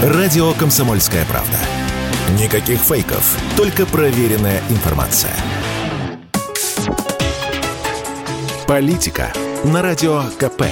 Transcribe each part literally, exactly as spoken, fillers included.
Радио «Комсомольская правда». Никаких фейков, только проверенная информация. Политика на Радио КП.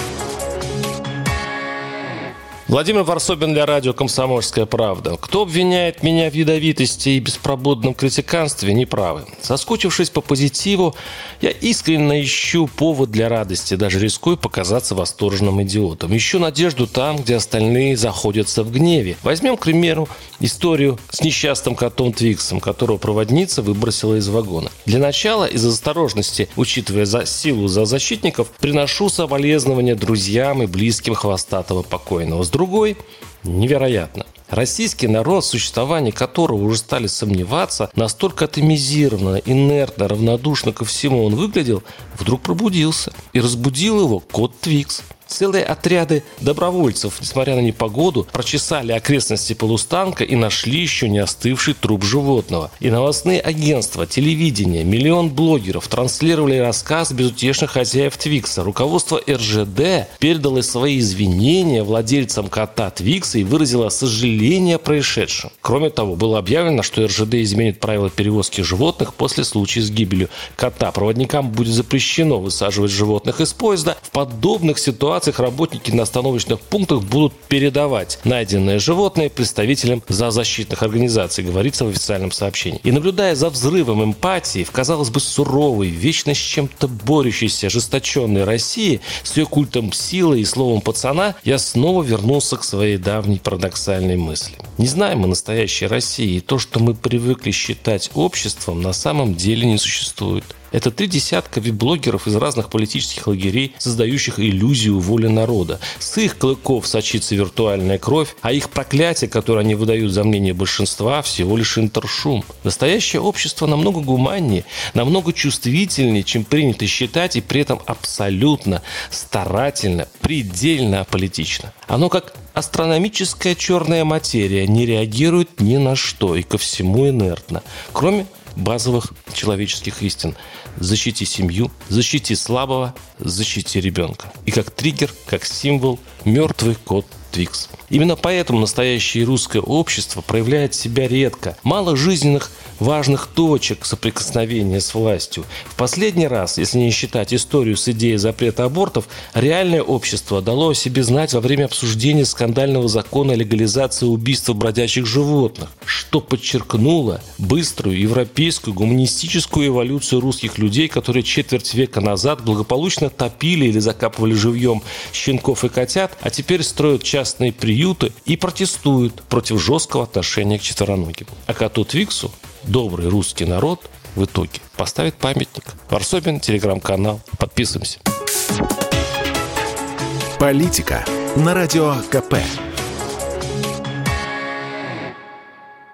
Владимир Варсобин для радио «Комсомольская правда». Кто обвиняет меня в ядовитости и беспробудном критиканстве, неправы. Соскучившись по позитиву, я искренне ищу повод для радости, даже рискую показаться восторженным идиотом. Ищу надежду там, где остальные заходятся в гневе. Возьмем, к примеру, историю с несчастным котом Твиксом, которого проводница выбросила из вагона. Для начала, из осторожности, учитывая за силу зоозащитников, приношу соболезнования друзьям и близким хвостатого покойного. С другой, невероятно. Российский народ, в существовании которого уже стали сомневаться, настолько атомизированно, инертно, равнодушно ко всему он выглядел, вдруг пробудился. И разбудил его кот Твикс. Целые отряды добровольцев, несмотря на непогоду, прочесали окрестности полустанка и нашли еще не остывший труп животного. И новостные агентства, телевидение, миллион блогеров транслировали рассказ безутешных хозяев Твикса. Руководство эр жэ дэ передало свои извинения владельцам кота Твикса и выразило сожаление о происшедшем. Кроме того, было объявлено, что эр жэ дэ изменит правила перевозки животных после случая с гибелью кота. Проводникам будет запрещено высаживать животных из поезда. В подобных ситуациях работники на остановочных пунктах будут передавать найденные животные представителям зоозащитных организаций, говорится в официальном сообщении. И наблюдая за взрывом эмпатии в, казалось бы, суровой, вечно с чем-то борющейся, ожесточенной России, с ее культом силы и словом пацана, я снова вернулся к своей давней парадоксальной мысли. Не знаем мы настоящей России, и то, что мы привыкли считать обществом, на самом деле не существует. Это три десятка веб-блогеров из разных политических лагерей, создающих иллюзию воли народа. С их клыков сочится виртуальная кровь, а их проклятие, которое они выдают за мнение большинства, всего лишь интершум. Настоящее общество намного гуманнее, намного чувствительнее, чем принято считать, и при этом абсолютно, старательно, предельно аполитично. Оно как астрономическая черная материя, не реагирует ни на что и ко всему инертно, кроме базовых человеческих истин. Защити семью, защити слабого, защити ребенка. И как триггер, как символ, мертвый кот Твикс. Именно поэтому настоящее русское общество проявляет себя редко. Мало жизненных важных точек соприкосновения с властью. В последний раз, если не считать историю с идеей запрета абортов, реальное общество дало о себе знать во время обсуждения скандального закона о легализации убийства бродячих животных, что подчеркнуло быструю европейскую гуманистическую эволюцию русских людей, которые четверть века назад благополучно топили или закапывали живьем щенков и котят, а теперь строят частные приюты и протестуют против жесткого отношения к четвероногим. А коту Твиксу добрый русский народ в итоге поставит памятник. Варсобин, телеграм-канал. Подписываемся. Политика на Радио КП.